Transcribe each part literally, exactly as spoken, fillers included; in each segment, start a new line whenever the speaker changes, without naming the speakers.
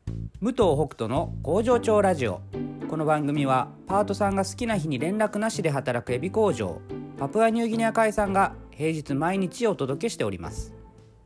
武藤北斗の工場長ラジオ。この番組はパートさんが好きな日に連絡なしで働くエビ工場パプアニューギニア海産が平日毎日お届けしております。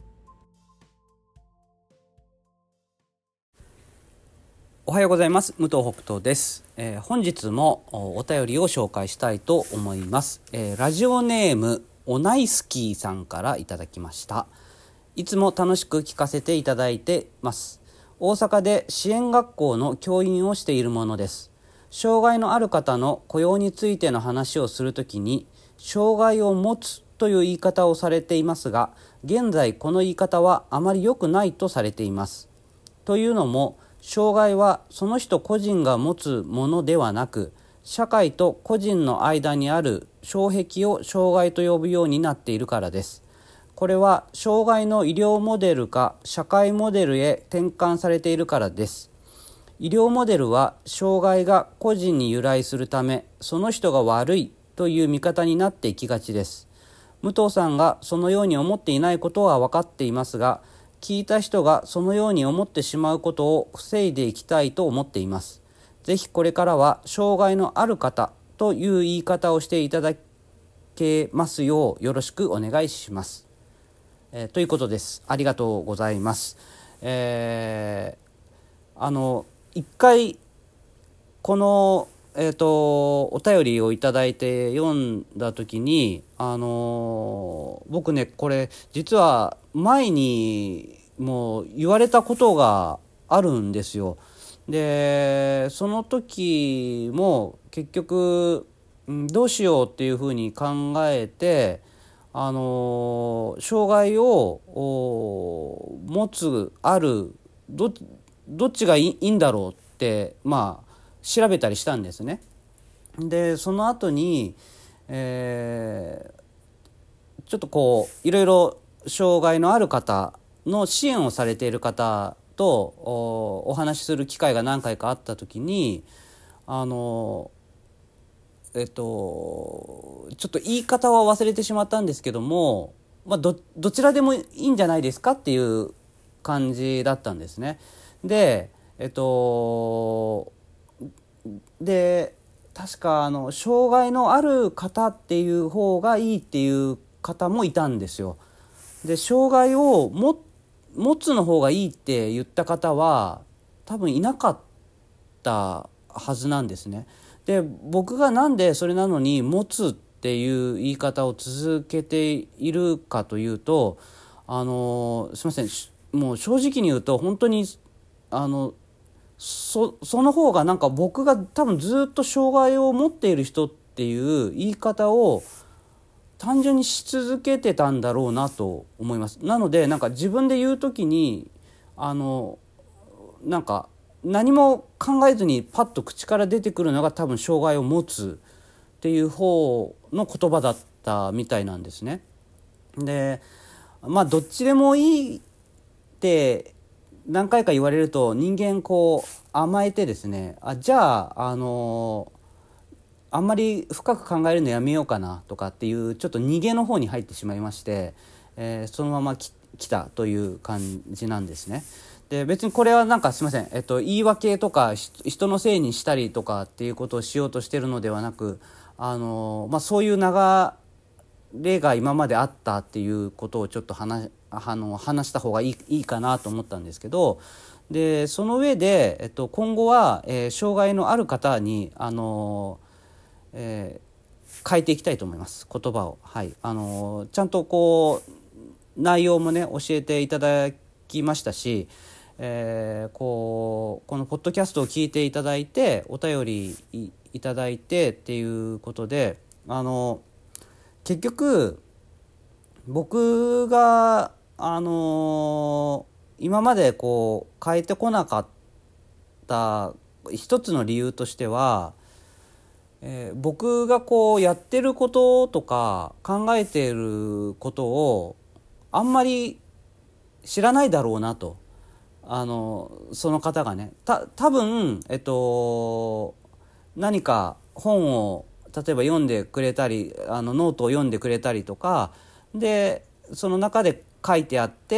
おはようございます。武藤北斗です。えー、本日もお便りを紹介したいと思います。えー、ラジオネームオナイスキーさんからいただきました。いつも楽しく聞かせていただいてます。大阪で支援学校の教員をしているものです。障害のある方の雇用についての話をするときに、障害を持つという言い方をされていますが、現在この言い方はあまり良くないとされています。というのも、障害はその人個人が持つものではなく、社会と個人の間にある障壁を障害と呼ぶようになっているからです。これは障害の医療モデルか社会モデルへ転換されているからです。医療モデルは障害が個人に由来するため、その人が悪いという見方になっていきがちです。武藤さんがそのように思っていないことは分かっていますが、聞いた人がそのように思ってしまうことを防いでいきたいと思っています。ぜひこれからは障害のある方という言い方をしていただけますようよろしくお願いします。えー、ということです。ありがとうございます。えー、あの一回この、えーと、お便りをいただいて読んだ時に、あのー、僕ねこれ実は前にもう言われたことがあるんですよ。でその時も結局どうしようっていうふうに考えて、あの障害を持つある ど, どっちがいいんだろうってまあ調べたりしたんですね。でその後に、えー、ちょっとこういろいろ障害のある方の支援をされている方と お, お話しする機会が何回かあった時に、あのえっとちょっと言い方は忘れてしまったんですけども、まあ、ど, どちらでもいいんじゃないですかっていう感じだったんですね。でえっとで確かあの障害のある方っていう方がいいっていう方もいたんですよ。で障害をも持つの方がいいって言った方は多分いなかったはずなんですね。で僕がなんでそれなのに持つっていう言い方を続けているかというと、あのすいませんもう正直に言うと本当にあのそ, その方がなんか僕が多分ずっと障害を持っている人っていう言い方を単純にし続けてたんだろうなと思います。なのでなんか自分で言うときにあのなんか何も考えずにパッと口から出てくるのが多分障害を持つっていう方の言葉だったみたいなんですね。でまあどっちでもいいって何回か言われると人間こう甘えてですね、あじゃああのあんまり深く考えるのやめようかなとかっていうちょっと逃げの方に入ってしまいまして、えー、そのままき来たという感じなんですね。で別にこれはなんかすいません、えっと、言い訳とか人のせいにしたりとかっていうことをしようとしてるのではなく、あの、まあ、そういう流れが今まであったっていうことをちょっと話、あの、話した方がいい、いいかなと思ったんですけど、でその上で、えっと、今後は、えー、障害のある方に、あのえー、変えていきたいと思います、言葉を。はい、あのちゃんとこう内容もね教えていただきましたし、えー、こうこのポッドキャストを聞いていただいてお便り い, いただいてっていうことで、あの結局僕があの今までこう変えてこなかった一つの理由としては、えー、僕がこうやってることとか考えていることをあんまり知らないだろうなと、あのその方がねた多分、えっと、何か本を例えば読んでくれたりあのノートを読んでくれたりとかでその中で書いてあって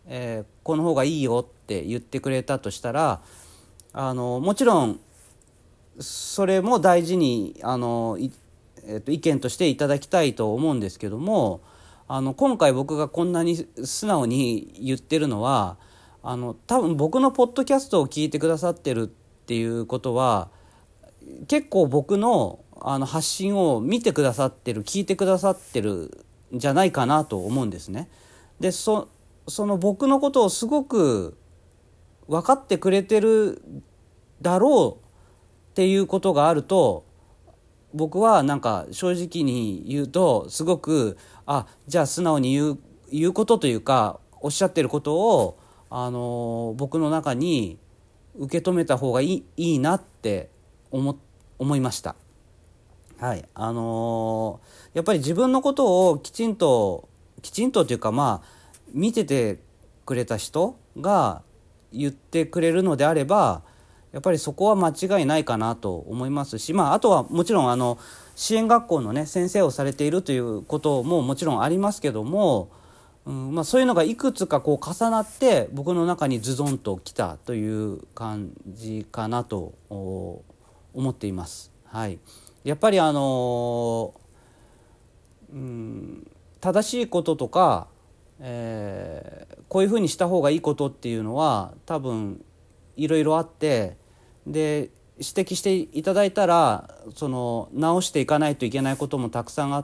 えーこの方がいいよって言ってくれたとしたら、あのもちろんそれも大事にあの、えー、と意見としていただきたいと思うんですけども、あの今回僕がこんなに素直に言ってるのは、あの多分僕のポッドキャストを聞いてくださってるっていうことは、結構僕のあの発信を見てくださってる、聞いてくださってるんじゃないかなと思うんですね。で そ, その僕のことをすごく分かってくれてるだろうっていうことがあると、僕はなんか正直に言うと、すごくあじゃあ素直に言う言うことというか、おっしゃってることをあの僕の中に受け止めた方がいい、いいなって思思いました。はい、あのーやっぱり自分のことをきちんときちんとというか、まあ見ててくれた人が言ってくれるのであれば、やっぱりそこは間違いないかなと思いますし、まあ、あとはもちろんあの支援学校のね先生をされているということももちろんありますけども、うんまあ、そういうのがいくつかこう重なって僕の中にズドンときたという感じかなと思っています。はい、やっぱりあの、うん、正しいこととか、えーこういうふうにした方がいいことっていうのは多分いろいろあって、で指摘していただいたらその直していかないといけないこともたくさんあって、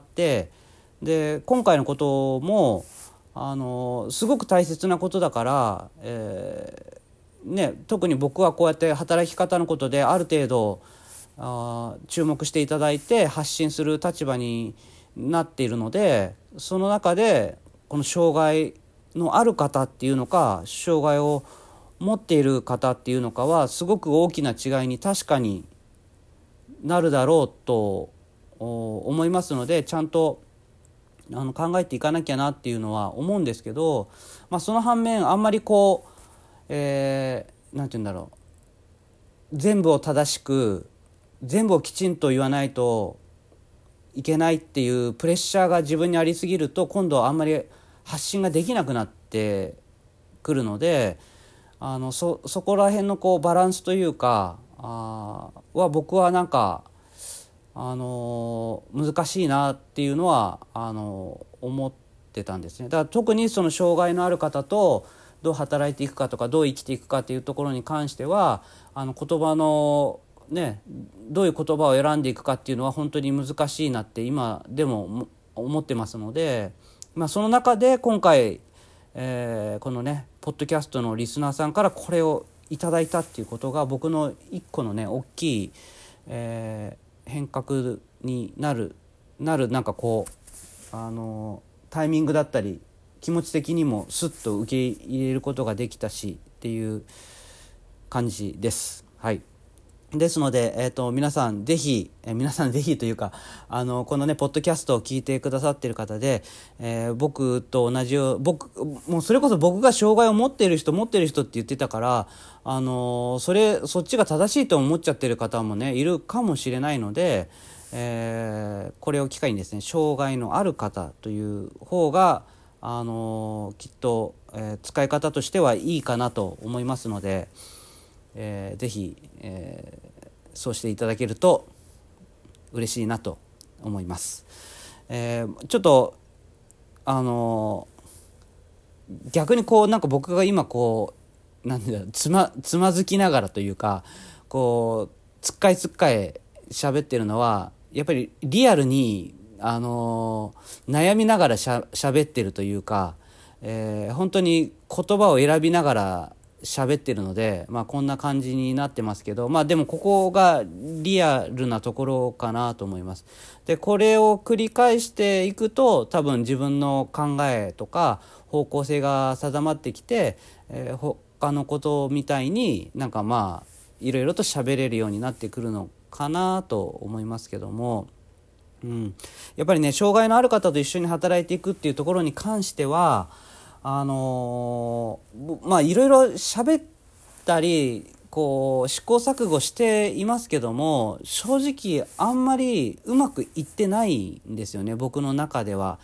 で今回のこともあのすごく大切なことだから、えーね、特に僕はこうやって働き方のことである程度あ注目していただいて発信する立場になっているので、その中でこの障害のある方っていうのか障害を持っている方っていうのかはすごく大きな違いに確かになるだろうと思いますので、ちゃんとあの考えていかなきゃなっていうのは思うんですけど、まあ、その反面あんまりこう、えー、なんて言うんだろう、全部を正しく全部をきちんと言わないといけないっていうプレッシャーが自分にありすぎると、今度はあんまり発信ができなくなってくるので、あの そ, そこら辺のこうバランスというかあは僕はなんか、あの難しいなっていうのはあの思ってたんですね。だから特にその障害のある方とどう働いていくかとかどう生きていくかっていうところに関しては、あの言葉のね、どういう言葉を選んでいくかっていうのは本当に難しいなって今でも思ってますので、まあ、その中で今回、えー、このねポッドキャストのリスナーさんからこれをいただいたっていうことが僕の一個のね大きい、えー、変革になるなるなんかこうあのタイミングだったり気持ち的にもスッと受け入れることができたしっていう感じです。はい。ですので、えー、と皆さんぜひ、えー、皆さんぜひというかあのこのねポッドキャストを聞いてくださっている方で、えー、僕と同じよう僕もうそれこそ僕が障害を持っている人持っている人って言ってたから、あのそれそっちが正しいと思っちゃってる方もねいるかもしれないので、えー、これを機会にですね障害のある方という方があのきっと、えー、使い方としてはいいかなと思いますので、えー、ぜひ、えー、そうしていただけると嬉しいなと思います。えー、ちょっとあのー、逆にこうなんか僕が今こうなんだろうつまつまずきながらというかこうつっかえつっかえ喋ってるのはやっぱりリアルにあのー、悩みながらしゃ喋ってるというか、えー、本当に言葉を選びながら喋ってるので、まあ、こんな感じになってますけど、まあ、でもここがリアルなところかなと思います。でこれを繰り返していくと多分自分の考えとか方向性が定まってきて、えー、他のことみたいになんかまあいろいろと喋れるようになってくるのかなと思いますけども、うん、やっぱりね障害のある方と一緒に働いていくっていうところに関してはあのー、まあいろいろ喋ったりこう試行錯誤していますけども、正直あんまりうまくいってないんですよね僕の中では。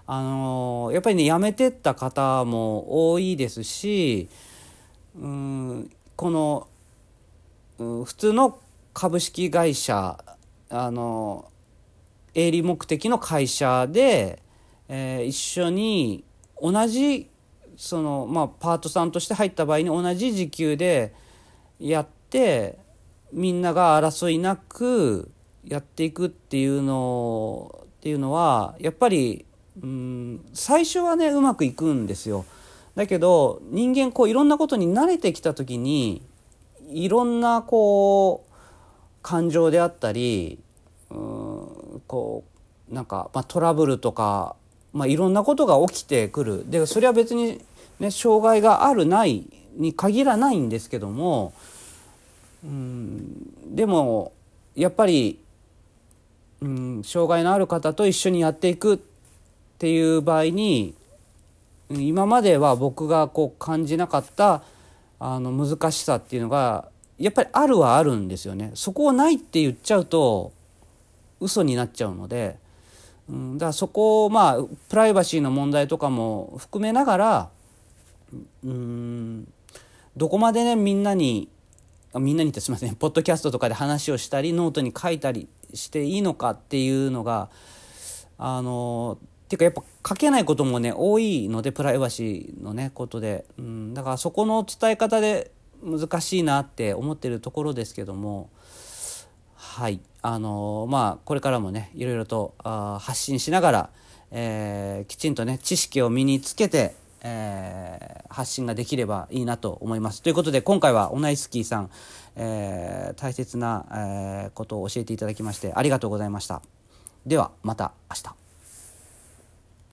あのやっぱりね辞めてった方も多いですし、うん、この、うん、普通の株式会社、あの営利目的の会社で、えー、一緒に同じその、まあ、パートさんとして入った場合に同じ時給でやってみんなが争いなくやっていくっていうのっていうのはやっぱり、うん、最初はねうまくいくんですよ。だけど人間こういろんなことに慣れてきた時にいろんなこう感情であったり、うん、こうなんか、まあ、トラブルとか、まあ、いろんなことが起きてくる。でそれは別に、ね、障害があるないに限らないんですけども、うん、でもやっぱり、うん、障害のある方と一緒にやっていくっていう場合に今までは僕がこう感じなかったあの難しさっていうのがやっぱりあるはあるんですよね。そこをないって言っちゃうと嘘になっちゃうので、うん、だからそこをまあプライバシーの問題とかも含めながら、うん、どこまでねみんなにみんなにってすみませんポッドキャストとかで話をしたりノートに書いたりしていいのかっていうのがあのっていうかやっぱ書けないこともね多いのでプライバシーのねことで、うん、だからそこの伝え方で難しいなって思ってるところですけども、はいあのまあこれからもねいろいろとあ発信しながら、えー、きちんとね知識を身につけて、えー、発信ができればいいなと思います。ということで今回はオナイスキーさん、えー、大切な、えー、ことを教えていただきましてありがとうございました。ではまた明日。